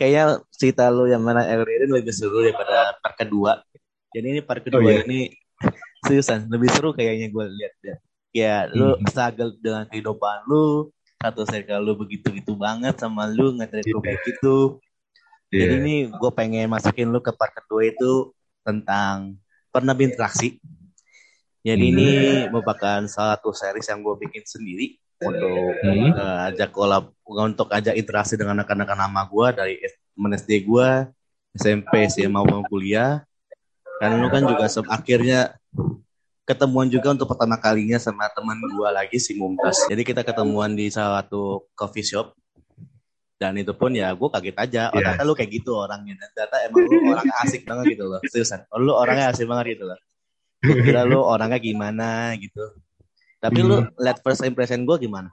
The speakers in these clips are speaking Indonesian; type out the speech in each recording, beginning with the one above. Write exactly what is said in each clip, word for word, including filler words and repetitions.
kayaknya cerita lu yang mana Elrin lebih seru daripada part kedua. Jadi ini part Oh kedua iya. ini seriusan lebih seru kayaknya gue lihat ya. Ya lu Hmm. struggle dengan kehidupan lu, satu circle lu begitu-gitu banget sama lu nge-treat lu Iya. kayak gitu. Jadi Iya. ini gue pengen masukin lu ke part kedua itu tentang pernah berinteraksi. Jadi ini Hmm. merupakan salah satu series yang gue bikin sendiri untuk Hmm. uh, ajak kolab untuk ajak interaksi dengan anak-anak lama gue dari temen S D gue, S M P, S M A maupun kuliah. Dan lu kan juga se- akhirnya ketemuan juga untuk pertama kalinya sama teman gue lagi si Mumtaz. Jadi kita ketemuan di salah satu coffee shop dan itu pun ya gue kaget aja. Oh Iya. ternyata lu kayak gitu orangnya. Dan ternyata emang lu orangnya asik banget gitu loh. Seriusan. Oh, lu orangnya asik banget gitu loh. Gue kira lu orangnya gimana gitu. Tapi lu Hmm. lihat first impression gue gimana?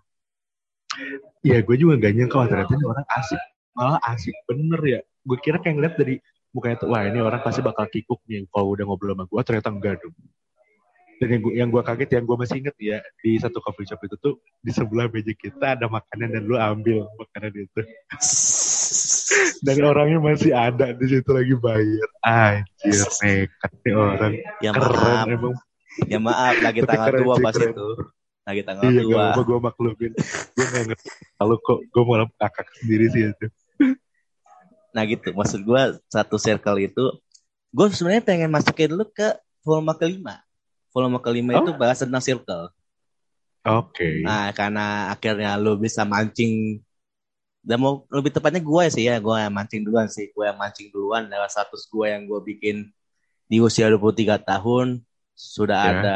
Ya gue juga gak nyangka wah, ternyata ini orang asik. Malah asik bener ya. Gue kira kayak ngeliat dari mukanya tuh, wah ini orang pasti bakal kikuk nih kalau udah ngobrol sama gue. Ternyata enggak dong. Dan yang gue, yang gue kaget, yang gue masih inget ya, di satu coffee shop itu tuh, di sebelah meja kita ada makanan dan lu ambil makanan itu. Dan orangnya masih ada di situ lagi bayar. Anjir, nekat nih orang. Ya Keren maaf, emang. ya maaf lagi Tapi tanggal keren tua sih, pas keren. itu. Lagi tanggal Iya, gak tua. apa-apa gue maklumin. Gue gak ngerti. Kalau kok gue malah kakak sendiri sih itu. Nah gitu, maksud gue satu circle itu, gue sebenarnya pengen masukin lu ke volume kelima. Volume kelima itu Oh, bahas tentang circle. oke. Okay. Nah karena akhirnya lu bisa mancing, dan mau lebih tepatnya gue sih ya, gue yang mancing duluan sih. Gue yang mancing duluan lewat status gue yang gue bikin di usia dua puluh tiga tahun. Sudah ada Ya,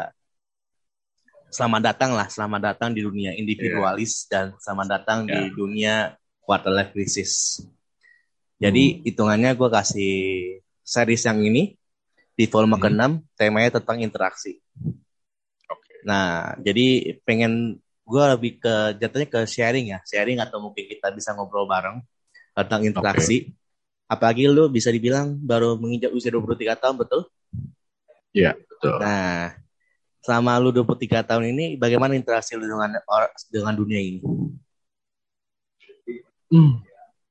selamat datang lah, selamat datang di dunia ya, individualis dan selamat datang di ya. dunia quarter life crisis. Jadi Hmm. hitungannya gue kasih series yang ini di volume Hmm. keenam temanya tentang interaksi. Oke. Okay. Nah, jadi pengen gue lebih ke jatuhnya ke sharing ya, sharing atau mungkin kita bisa ngobrol bareng tentang Oke. Okay. interaksi. Apalagi lu bisa dibilang baru menginjak usia dua puluh tiga tahun, betul? Iya, betul. Nah, selama lu dua puluh tiga tahun ini bagaimana interaksi lu dengan dengan dunia ini? Hmm.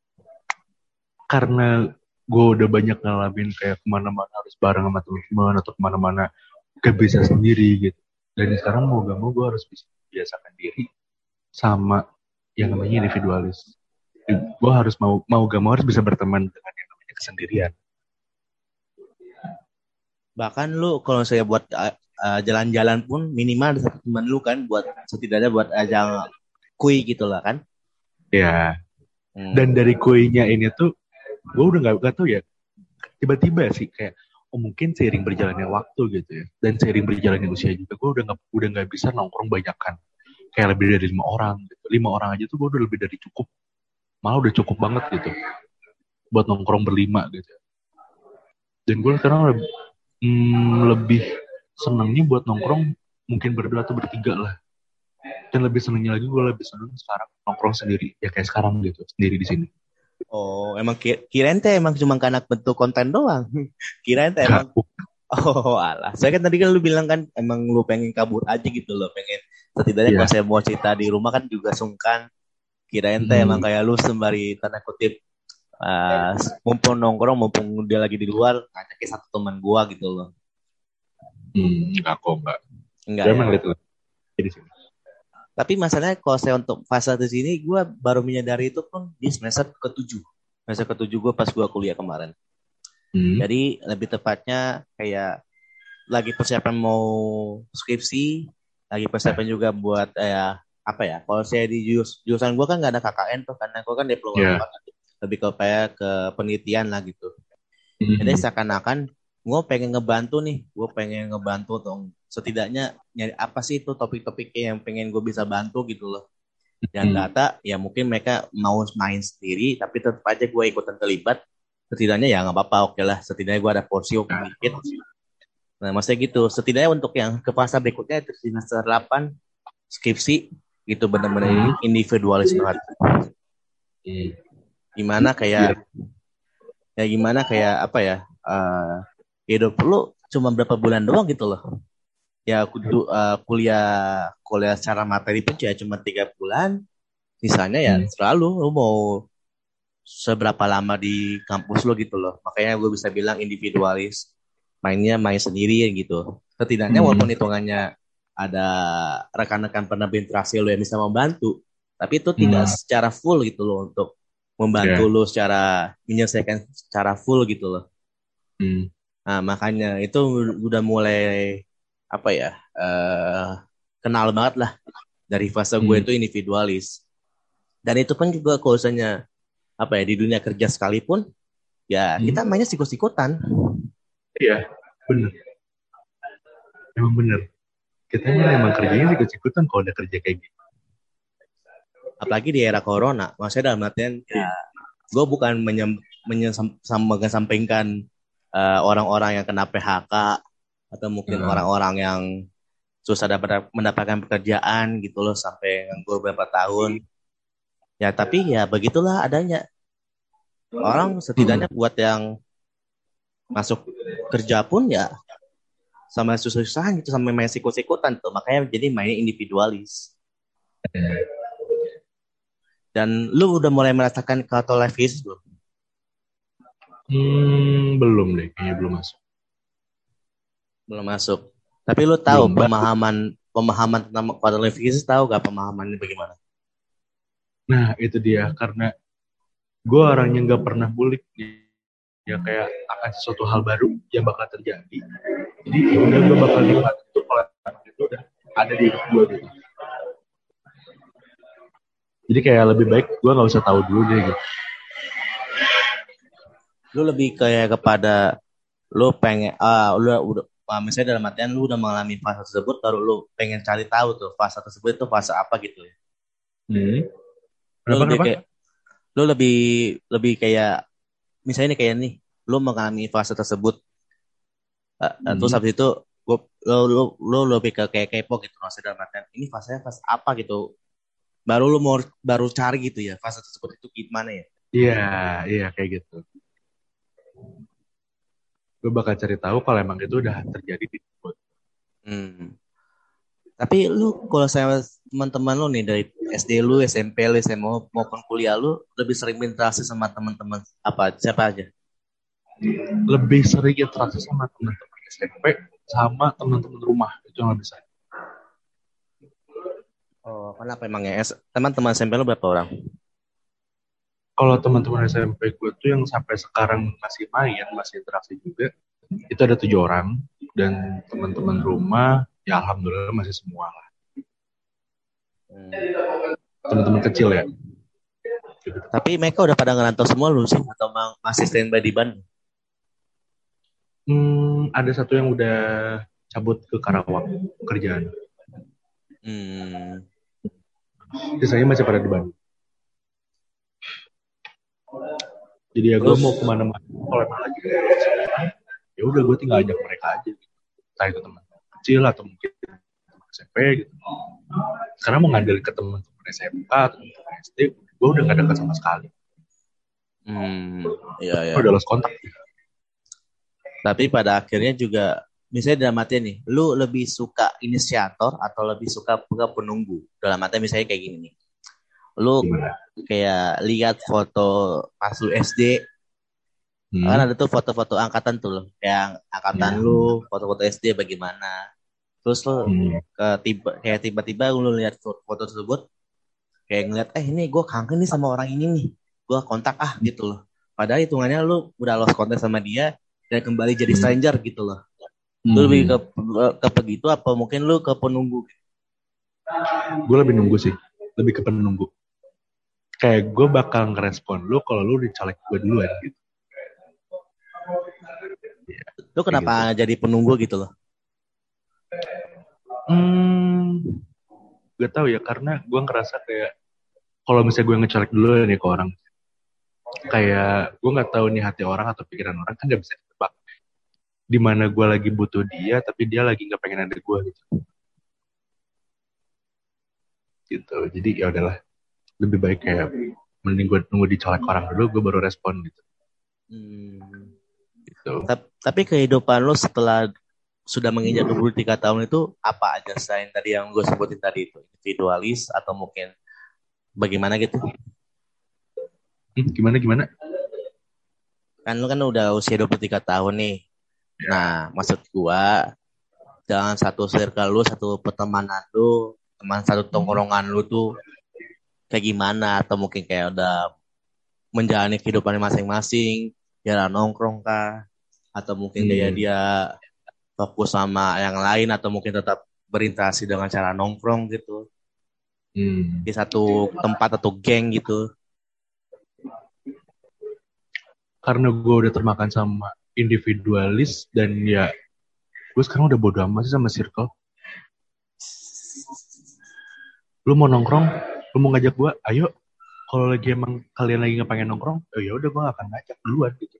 Karena gue udah banyak ngalamin kayak kemana-mana harus bareng sama teman-teman atau kemana-mana gak bisa sendiri gitu. Dan sekarang mau gak mau gue harus bisa membiasakan diri sama yang namanya individualis. Gue harus mau mau gak mau harus bisa berteman dengan yang namanya kesendirian. Bahkan lu kalau saya buat uh, uh, jalan-jalan pun minimal ada satu teman lu kan buat setidaknya buat ajang kui gitu lah kan. Ya. Dan Hmm. dari kuenya ini tuh gue udah gak, gak tau ya, tiba-tiba sih kayak oh mungkin seiring berjalannya waktu gitu ya, dan seiring berjalannya usia juga gue udah nggak udah nggak bisa nongkrong banyakan kayak lebih dari lima orang gitu. Lima orang aja tuh gue udah lebih dari cukup, malah udah cukup banget gitu buat nongkrong berlima gitu. Dan gue sekarang lebih, hmm, lebih senangnya buat nongkrong mungkin berdua atau bertiga lah. Dan lebih senangnya lagi gue lebih senang sekarang nongkrong sendiri ya kayak sekarang gitu, sendiri di sini. Oh, emang ki- kirain teh emang cuma karena bentuk konten doang. Kirain teh Gak, emang oh alah. Saya kan tadi kan lu bilang kan emang lu pengen kabur aja gitu loh, pengen setidaknya kalau ya. saya mau cerita di rumah kan juga sungkan. Kirain teh emang Hmm, kayak lu sembari tanda kutip uh, mumpung nongkrong mumpung dia lagi di luar ngajakin satu teman gua gitu loh. hmm, enggak kok enggak. Enggak Gue ya. emang lihat di sini. Tapi masalahnya kalau saya untuk fase di sini, gue baru menyadari itu pun di semester ketujuh. Semester ketujuh gue pas gue kuliah kemarin. Hmm, Jadi lebih tepatnya kayak lagi persiapan mau skripsi, lagi nah, persiapan juga buat eh, apa ya? Kalau saya di jurus, jurusan gue kan nggak ada K K N tuh, karena gue kan diploma ya. empat, lebih ke kayak ke penelitian lah gitu. Jadi Hmm, seakan-akan gue pengen ngebantu nih, gue pengen ngebantu dong. Setidaknya nyari apa sih itu topik-topik yang pengen gue bisa bantu gitu loh. Dan hmm, data ya mungkin mereka mau main sendiri tapi tetap aja gue ikutan terlibat, setidaknya ya nggak apa-apa, oke lah, setidaknya gue ada porsi sedikit. Nah maksudnya gitu, setidaknya untuk yang ke fase berikutnya itu semester delapan skripsi itu benar-benar hmm, individualis banget, hmm. gimana Iya. kayak ya gimana kayak apa ya, uh, hidup lu cuma berapa bulan doang gitu loh ya, aku uh, kuliah kuliah secara materi pun ya cuma tiga bulan, sisanya ya Hmm. selalu lu mau seberapa lama di kampus lo gitu loh. Makanya gue bisa bilang individualis. Mainnya main sendiri gitu. Setidaknya Hmm. walaupun hitungannya ada rekan-rekan pernah berinteraksi lo yang bisa membantu, tapi itu tidak Hmm. secara full gitu loh untuk membantu Yeah. lo secara menyelesaikan secara full gitu loh. Hmm. Nah makanya itu udah mulai apa ya eh kenal banget lah dari fase gue Hmm. itu individualis. Dan itu pun juga kalau misalnya apa ya di dunia kerja sekalipun ya Hmm. kita mainnya sikut-sikutan. Iya, bener. Emang bener. Kita emang kerjanya sikut-sikutan kalau udah kerja kayak gitu. Apalagi di era corona. Maksudnya dalam artian ya gue bukan menyem, menyampaikan uh, orang-orang yang kena P H K atau mungkin Hmm. orang-orang yang susah dapat mendapatkan pekerjaan gitu loh sampai nganggur beberapa tahun. Ya tapi ya begitulah adanya. Orang setidaknya buat yang masuk kerja pun ya sama susah-susahan gitu, sama main sikut-sikutan tuh. Makanya jadi mainnya individualis. Dan lu udah mulai merasakan quarter life crisis belum? Hmm, belum deh, kayaknya belum masuk. Belum masuk. Tapi lu tahu Belum, pemahaman pemahaman tentang quarter life crisis, tahu gak pemahamannya bagaimana? Nah, itu dia. Karena gue orangnya nggak pernah bulik. Ya kayak akan sesuatu hal baru yang bakal terjadi. Jadi ya udah gue bakal nikmat itu kalau itu udah ada di hidup gue gitu. Jadi kayak lebih baik gue nggak usah tahu dulu deh gitu. Lu lebih kayak kepada lu pengen ah lu udah ah, misalnya dalam artian lu udah mengalami fase tersebut baru lu pengen cari tahu tuh fase tersebut itu fase apa gitu ya. Hmm. Lu Kenapa lebih kenapa? kayak lu lebih lebih kayak misalnya nih kayak nih lu mengalami fase tersebut uh, uh, terus Hmm. habis itu lu lu lu, lu lebih ke kayak kepo gitu maksudnya dalam artian ini fasenya fase apa gitu baru lu mau baru cari gitu ya fase tersebut itu gimana ya. Iya, iya kayak gitu. Gue bakal cari tahu kalau emang itu udah terjadi di hidup. Hmm. Tapi lu kalau saya teman-teman lu nih dari S D lu, S M P lu, S M A maupun kuliah lu lebih sering berinteraksi sama teman-teman apa siapa aja? Lebih sering interaksi sama teman-teman S M P sama teman-teman rumah itu yang lebih sering. Oh, kenapa emangnya? S- teman-teman S M P lu berapa orang? Kalau teman-teman S M P gue tuh yang sampai sekarang masih main, masih interaksi juga, itu ada tujuh orang. Dan teman-teman rumah, ya alhamdulillah masih semua lah. Hmm. Teman-teman kecil ya. Tapi mereka udah pada ngerantau semua lu sih atau ma- masih standby di Bandung? Hmm, ada satu yang udah cabut ke Karawang kerjaan. Hmm. Sisanya masih pada di Bandung. Jadi ya gue Terus mau kemana-mana. Kalau emang lagi ya udah gue tinggal ajak mereka aja. Entah itu teman kecil atau mungkin teman S M P gitu. Sekarang mau ngandelin ke teman-teman S M K atau teman S D, gue udah gak dekat sama sekali. hmm, ya ya. Gue udah lost kontak. Tapi pada akhirnya juga misalnya dalam artian nih, lu lebih suka inisiator atau lebih suka suka penunggu? Dalam artian misalnya kayak gini nih. Lu Gimana? kayak lihat foto pas lu S D Hmm. kan ada tuh foto-foto angkatan tuh loh yang angkatan Ya. lu foto-foto S D bagaimana terus lu Hmm. ke tiba kayak tiba-tiba lu lihat foto, foto tersebut kayak ngeliat eh ini gue kangen nih sama orang ini nih gue kontak ah gitu loh padahal hitungannya lu udah lost kontak sama dia dan kembali jadi Hmm. stranger gitu loh Hmm. lu lebih ke ke begitu apa mungkin lu ke penunggu? Gue lebih nunggu sih, lebih ke penunggu. Kayak gue bakal ngerespon lu kalau lu dicolek gue duluan gitu. Ya, Lu kenapa gitu. jadi penunggu gitu loh? Hmm, gak tau ya karena gue ngerasa kayak kalau misalnya gue ngecolek dulu nih ke orang, kayak gue nggak tahu nih hati orang atau pikiran orang kan nggak bisa ditebak. Di mana gue lagi butuh dia tapi dia lagi nggak pengen ada gue gitu. Gitu. Jadi ya udahlah, lebih baik kayak mending gue nunggu dicolek orang dulu, gue baru respon gitu. Hmm. Gitu. Tapi kehidupan lo setelah sudah menginjak dua puluh tiga tahun itu apa aja selain tadi yang gue sebutin tadi itu individualis atau mungkin bagaimana gitu? Hmm, gimana gimana? Kan lu kan udah usia dua puluh tiga tahun nih. Nah, maksud gua dalam satu circle lu, satu pertemanan lu, teman satu tongkrongan lu tuh kayak gimana? Atau mungkin kayak udah menjalani kehidupan masing-masing, jalan nongkrong kah? Atau mungkin kayak Hmm. dia fokus sama yang lain, atau mungkin tetap berinteraksi dengan cara nongkrong gitu. Hmm. Di satu tempat atau geng gitu. Karena gue udah termakan sama individualis dan ya gue sekarang udah bodo amat sih sama circle. Lu mau nongkrong, lu mau ngajak gue, ayo. Kalau lagi emang kalian lagi nggak pengen nongkrong, oh ya udah gue gak akan ngajak duluan gitu.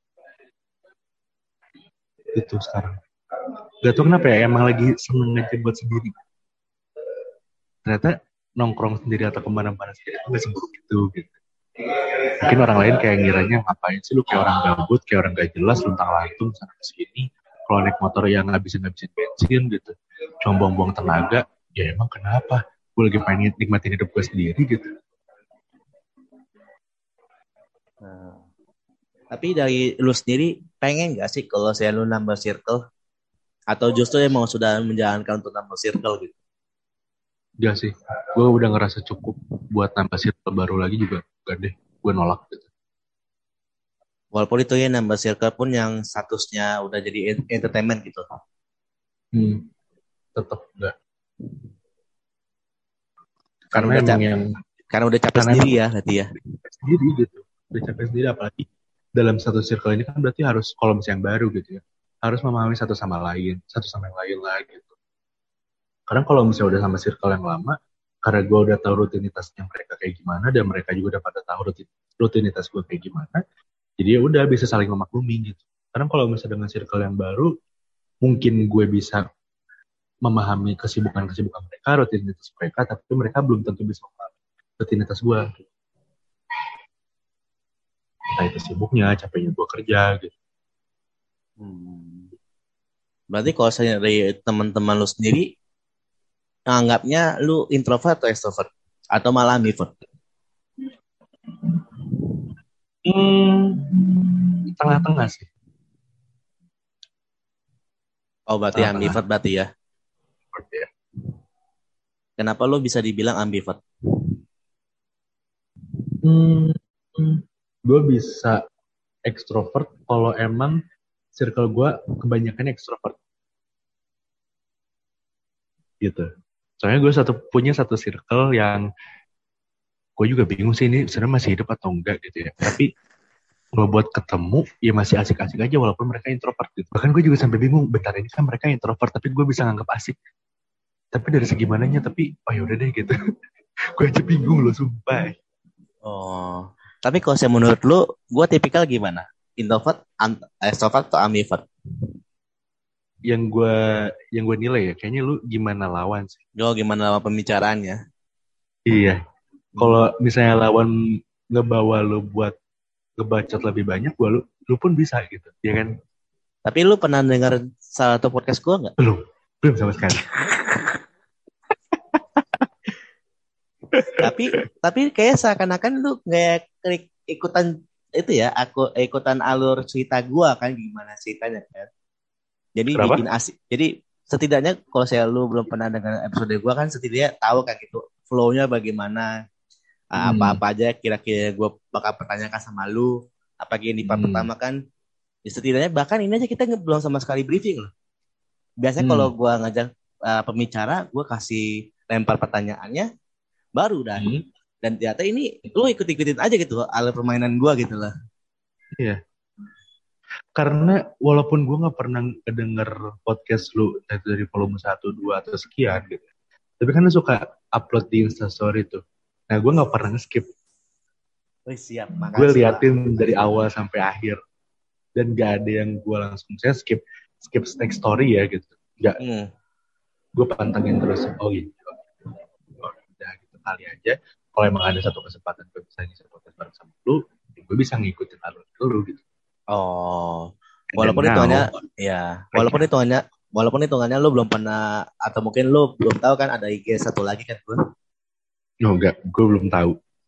Itu sekarang. Gak tau kenapa ya, emang lagi seneng aja buat sendiri. Ternyata nongkrong sendiri atau kemana-mana sendiri itu gak seburuk itu gitu. Mungkin orang lain kayak ngiranya ngapain sih lu kayak orang gabut, kayak orang gak jelas, luntang lantung sana sini. Kalau naik motor yang ngabisin-ngabisin bensin gitu, cuma buang-buang tenaga, ya emang kenapa? Gue lagi pengen nikmatin hidup gue sendiri gitu. Nah, tapi dari lu sendiri pengen gak sih kalau saya lu nambah circle? Atau justru emang sudah menjalankan untuk nambah circle gitu? Gak sih, gue udah ngerasa cukup buat nambah circle baru lagi juga gak deh, gue nolak gitu. Walaupun itu ya nambah circle pun yang statusnya udah jadi entertainment gitu. Hmm, tetap gak. Karena Karena udah emang capek, yang karena udah capek karena sendiri emang ya berarti ya. sendiri gitu, udah capek sendiri apalagi dalam satu circle ini kan berarti harus kalau misalnya yang baru gitu ya, harus memahami satu sama lain, satu sama yang lain lah gitu. Karena kalau misalnya udah sama circle yang lama, karena gue udah tahu rutinitasnya mereka kayak gimana dan mereka juga udah pada tahu rutin, rutinitas gue kayak gimana, jadi ya udah bisa saling memaklumi gitu. Karena kalau misalnya dengan circle yang baru, mungkin gue bisa memahami kesibukan-kesibukan mereka, rutinitas mereka, tapi mereka belum tentu bisa memahami rutinitas gue. Entah itu sibuknya, capeknya gue kerja gitu. Hmm. Berarti kalau saya dari teman-teman lu sendiri, anggapnya lu introvert atau extrovert? Atau malah ambivert? Hmm, tengah-tengah sih. Oh berarti Tengah-tengah. ambivert berarti ya. Ya. Kenapa lu bisa dibilang ambivert? Hmm, gue bisa ekstrovert kalau emang circle gue kebanyakan ekstrovert. Gitu. Soalnya gue satu punya satu circle yang gue juga bingung sih ini sebenarnya masih hidup atau enggak gitu ya. Tapi gue buat ketemu ya masih asik-asik aja walaupun mereka introvert gitu. Bahkan gue juga sampai bingung, bentar ini kan mereka introvert tapi gue bisa nganggap asik. Tapi dari segi mananya, tapi oh yaudah deh gitu. Gue aja bingung loh sumpah. Oh, tapi kalau saya menurut lu, gue tipikal gimana? Introvert, extrovert atau ambivert? Yang gue yang gue nilai ya kayaknya lu gimana lawan sih. Yo, gimana sama pembicaraannya? Iya. Kalau Hmm. misalnya lawan ngebawa lu buat ngebacot lebih banyak, gua lu, lu pun bisa gitu, ya kan? Tapi lu pernah dengar salah satu podcast gue nggak? Belum, belum sama sekali. Tapi tapi kayak seakan-akan lu kayak klik ikutan itu ya, aku ikutan alur cerita gue kan gimana ceritanya kan. Jadi bikin Kenapa? asik. Jadi setidaknya kalau saya lu belum pernah dengar episode gue kan setidaknya tahu kan gitu flow-nya bagaimana. Hmm. Apa-apa aja kira-kira gue bakal pertanyakan sama lu. Apalagi yang di part Hmm. pertama kan. Ya, setidaknya bahkan ini aja kita belum sama sekali briefing loh. Biasanya Hmm. kalau gue ngajak uh, pembicara, gue kasih lempar pertanyaannya, baru udah. Hmm. Dan ternyata ini lu ikut-ikutin aja gitu alur permainan gue gitu lah. Iya. Karena walaupun gue nggak pernah kedenger podcast lu dari volume satu, dua atau sekian gitu. Tapi kan lu suka upload di Instastory tuh. Nah gue nggak pernah skip. Oh, siap, Gue makasih lah. liatin dari awal sampai akhir. Dan gak ada yang gue langsung saya skip skip next story ya gitu. Gak. Hmm. Gue pantengin terus. Oh gitu. Oh, udah gitu kali aja. Kalau emang ada satu kesempatan gue bisa ngisi podcast bareng sama lu, gue bisa ngikutin alur lu gitu. Oh, And walaupun now, hitungannya, ya, walaupun hitungannya, walaupun hitungannya lu belum pernah atau mungkin lu belum tahu kan ada I G satu lagi kan gue. no, enggak, gue belum tahu.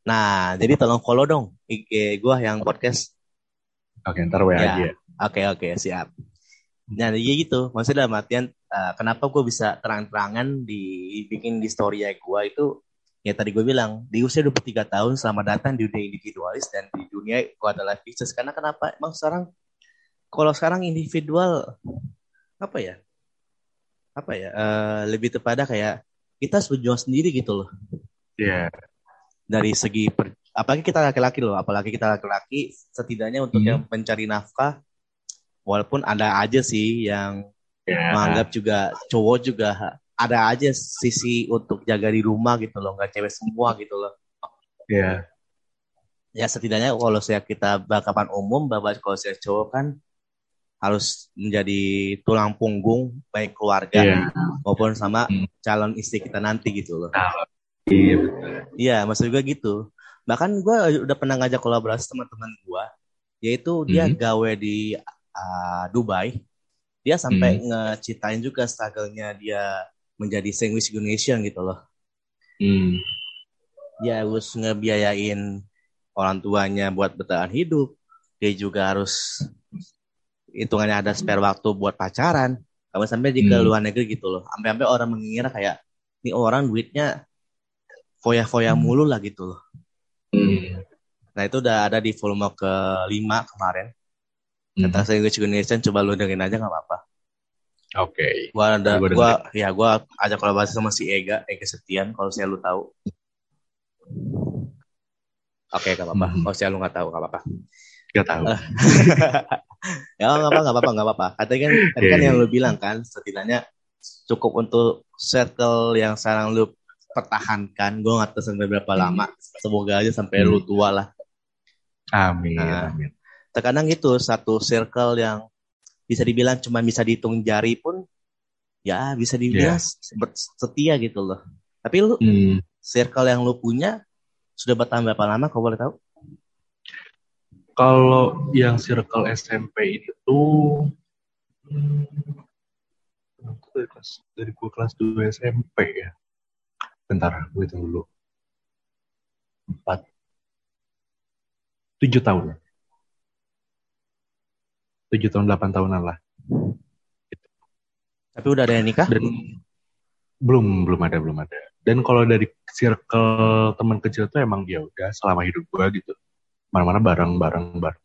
Nah, jadi tolong follow dong I G gue yang podcast. Oke, ntar W A aja Ya, ya. oke oke siap. Nah, jadi gitu. Maksudnya dalam artian uh, kenapa gue bisa terang-terangan dibikin di story gue itu ya tadi gue bilang di usia dua puluh tiga tahun selamat datang di dunia individualis dan di dunia gue adalah bisnis. Karena kenapa? Emang sekarang kalau sekarang individual apa ya? Apa ya? Uh, lebih tepada kayak kita harus berjuang sendiri gitu loh. Iya. Yeah. Dari segi per, apalagi kita laki-laki loh, apalagi kita laki-laki setidaknya untuk Hmm. yang pencari nafkah walaupun ada aja sih yang Yeah. menganggap juga cowok juga ada aja sisi untuk jaga di rumah gitu loh, nggak cewek semua gitu loh. Iya. Yeah. Ya setidaknya kalau saya kita bakapan umum, bahwa kalau saya cowok kan harus menjadi tulang punggung baik keluarga yeah. maupun sama hmm. calon istri kita nanti gitu loh. Iya betul. Iya maksud gue gitu. Bahkan gue udah pernah ngajak kolaborasi teman-teman gue, yaitu dia hmm. gawe di uh, Dubai. Dia sampai hmm. ngeceritain juga struggle-nya dia menjadi Sandwich Indonesian gitu loh. Hmm. Dia harus ngebiayain orang tuanya buat bertahan hidup. Dia juga harus hitungannya ada spare waktu buat pacaran. Sampai-sampai di ke hmm. luar negeri gitu loh. Sampai-sampai orang mengira kayak ini orang duitnya foya-foya mulu lah gitu loh. Hmm. Nah itu udah ada di volume kelima kemarin. Kata hmm. Sandwich Indonesian, coba lu dengerin aja nggak apa-apa. Oke. Okay. Gua ada, gua, gua ya gua ajak kolaborasi sama si Ega, Ega Septian kalau saya lu tahu. Oke, okay, gak apa-apa. Hmm. Kalau saya lu nggak tahu, gak apa-apa. Gak tahu. Ya nggak apa, nggak apa, nggak apa-apa. Tadi kan, tadi kan yang lu bilang kan, setidaknya cukup untuk circle yang sekarang lu pertahankan. Gue nggak tahu sampai berapa hmm. lama. Semoga aja sampai hmm. lu tua lah. Amin. Nah, amin. Terkadang gitu satu circle yang bisa dibilang cuma bisa dihitung jari pun ya bisa dibilang yeah. setia gitu loh. Tapi lu hmm. circle yang lu punya sudah bertahan berapa lama kau boleh tahu? Kalau yang circle S M P itu dari kelas dari gua kelas dua S M P ya. Bentar, gue hitung dulu. Empat tujuh tahun. Tujuh tahun delapan tahunan lah. Tapi udah ada yang nikah? Dan belum belum ada belum ada. Dan kalau dari circle teman kecil tuh emang ya udah selama hidup gue gitu. Mana-mana bareng-bareng bareng.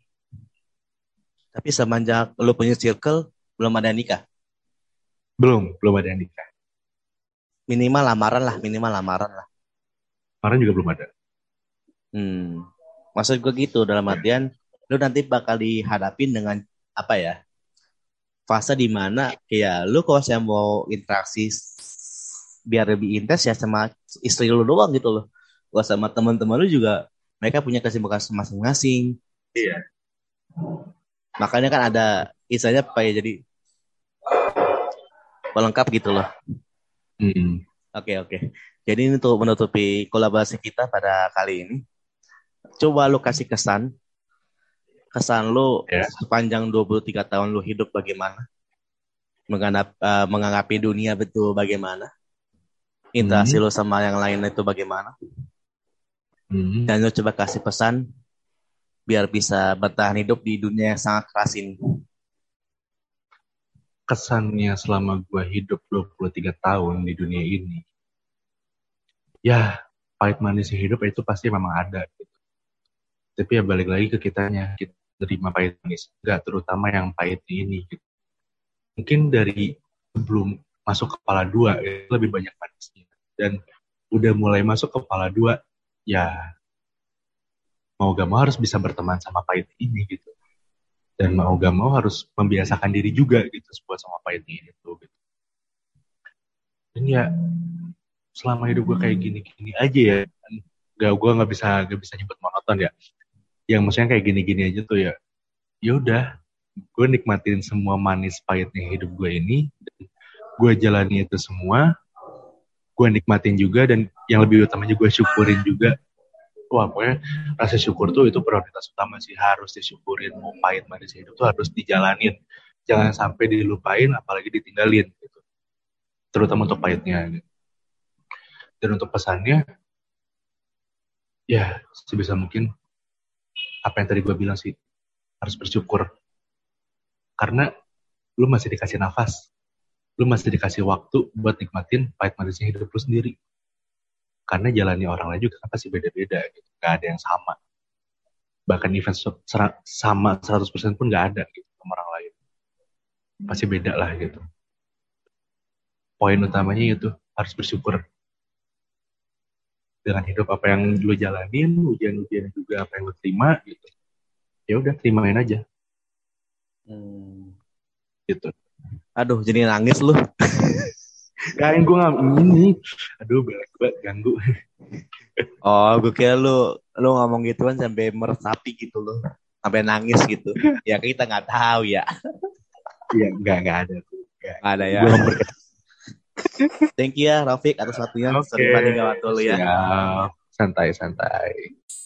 Tapi semenjak lu punya circle belum ada yang nikah? Belum, belum ada yang nikah. Minimal lamaran lah, minimal lamaran lah. Lamaran juga belum ada. Hmm. Maksud gue gitu dalam artian ya. Lu nanti bakal dihadapin dengan apa ya? Fase di mana kayak lu kalau saya mau interaksi biar lebih intens ya sama istri lu doang gitu loh. Gua sama teman-teman lu juga mereka punya kesibukan masing-masing. Iya. Makanya kan ada istilahnya apa ya jadi pelengkap gitu loh. Hmm. Oke oke. Jadi untuk menutupi kolaborasi kita pada kali ini, coba lu kasih kesan, kesan lu yeah. sepanjang dua puluh tiga tahun lu hidup bagaimana, menganggap uh, menganggapi dunia betul bagaimana, interaksi hmm. lu sama yang lain itu bagaimana, hmm. dan lu coba kasih pesan biar bisa bertahan hidup di dunia yang sangat keras ini. Kesannya selama gue hidup dua puluh tiga tahun di dunia ini, ya pahit manisnya hidup itu pasti memang ada gitu. Tapi ya balik lagi ke kitanya, kita terima pahit manis, enggak terutama yang pahit ini gitu. Mungkin dari sebelum masuk kepala dua ya, lebih banyak manisnya, dan udah mulai masuk kepala dua ya mau gak mau harus bisa berteman sama pahit ini gitu, dan mau gak mau harus membiasakan diri juga gitu buat sama pahit ini tuh gitu. Dan ya selama hidup gue kayak gini-gini aja ya, gak gue nggak bisa nggak bisa nyebut monoton ya, yang maksudnya kayak gini-gini aja tuh ya, ya udah gue nikmatin semua manis pahitnya hidup gue ini, dan gue jalani itu semua, gue nikmatin juga, dan yang lebih utamanya gue syukurin juga. Wah pokoknya rasa syukur tuh itu prioritas utama sih, harus disyukurin. Mau pahit manis hidup tuh harus dijalanin, jangan sampai dilupain apalagi ditinggalin gitu, terutama untuk pahitnya gitu. Dan untuk pesannya ya sebisa mungkin apa yang tadi gue bilang sih, harus bersyukur. Karena lu masih dikasih nafas, lu masih dikasih waktu buat nikmatin pahit manisnya hidup lu sendiri. Karena jalannya orang lain juga kan pasti beda-beda gitu. Gak ada yang sama. Bahkan event sama seratus persen pun gak ada gitu sama orang lain. Pasti beda lah gitu. Poin utamanya itu harus bersyukur dengan hidup apa yang lu jalanin, ujian-ujian juga apa yang lu terima gitu. Ya udah terimain aja. Hmm. Gitu. Aduh, jadi nangis lu. Kain gue nggak ini. Aduh, gue ganggu. Oh, gue kira lu lu ngomong gituan sampai meresapi gitu loh, sampai nangis gitu. Ya kita nggak tahu ya. Iya, nggak nggak ada. Nggak ada ya. Gue memperkata. Thank you ya Rafiq atas waktunya. Oke. Sering banget waktu lu ya. Siap. Santai santai.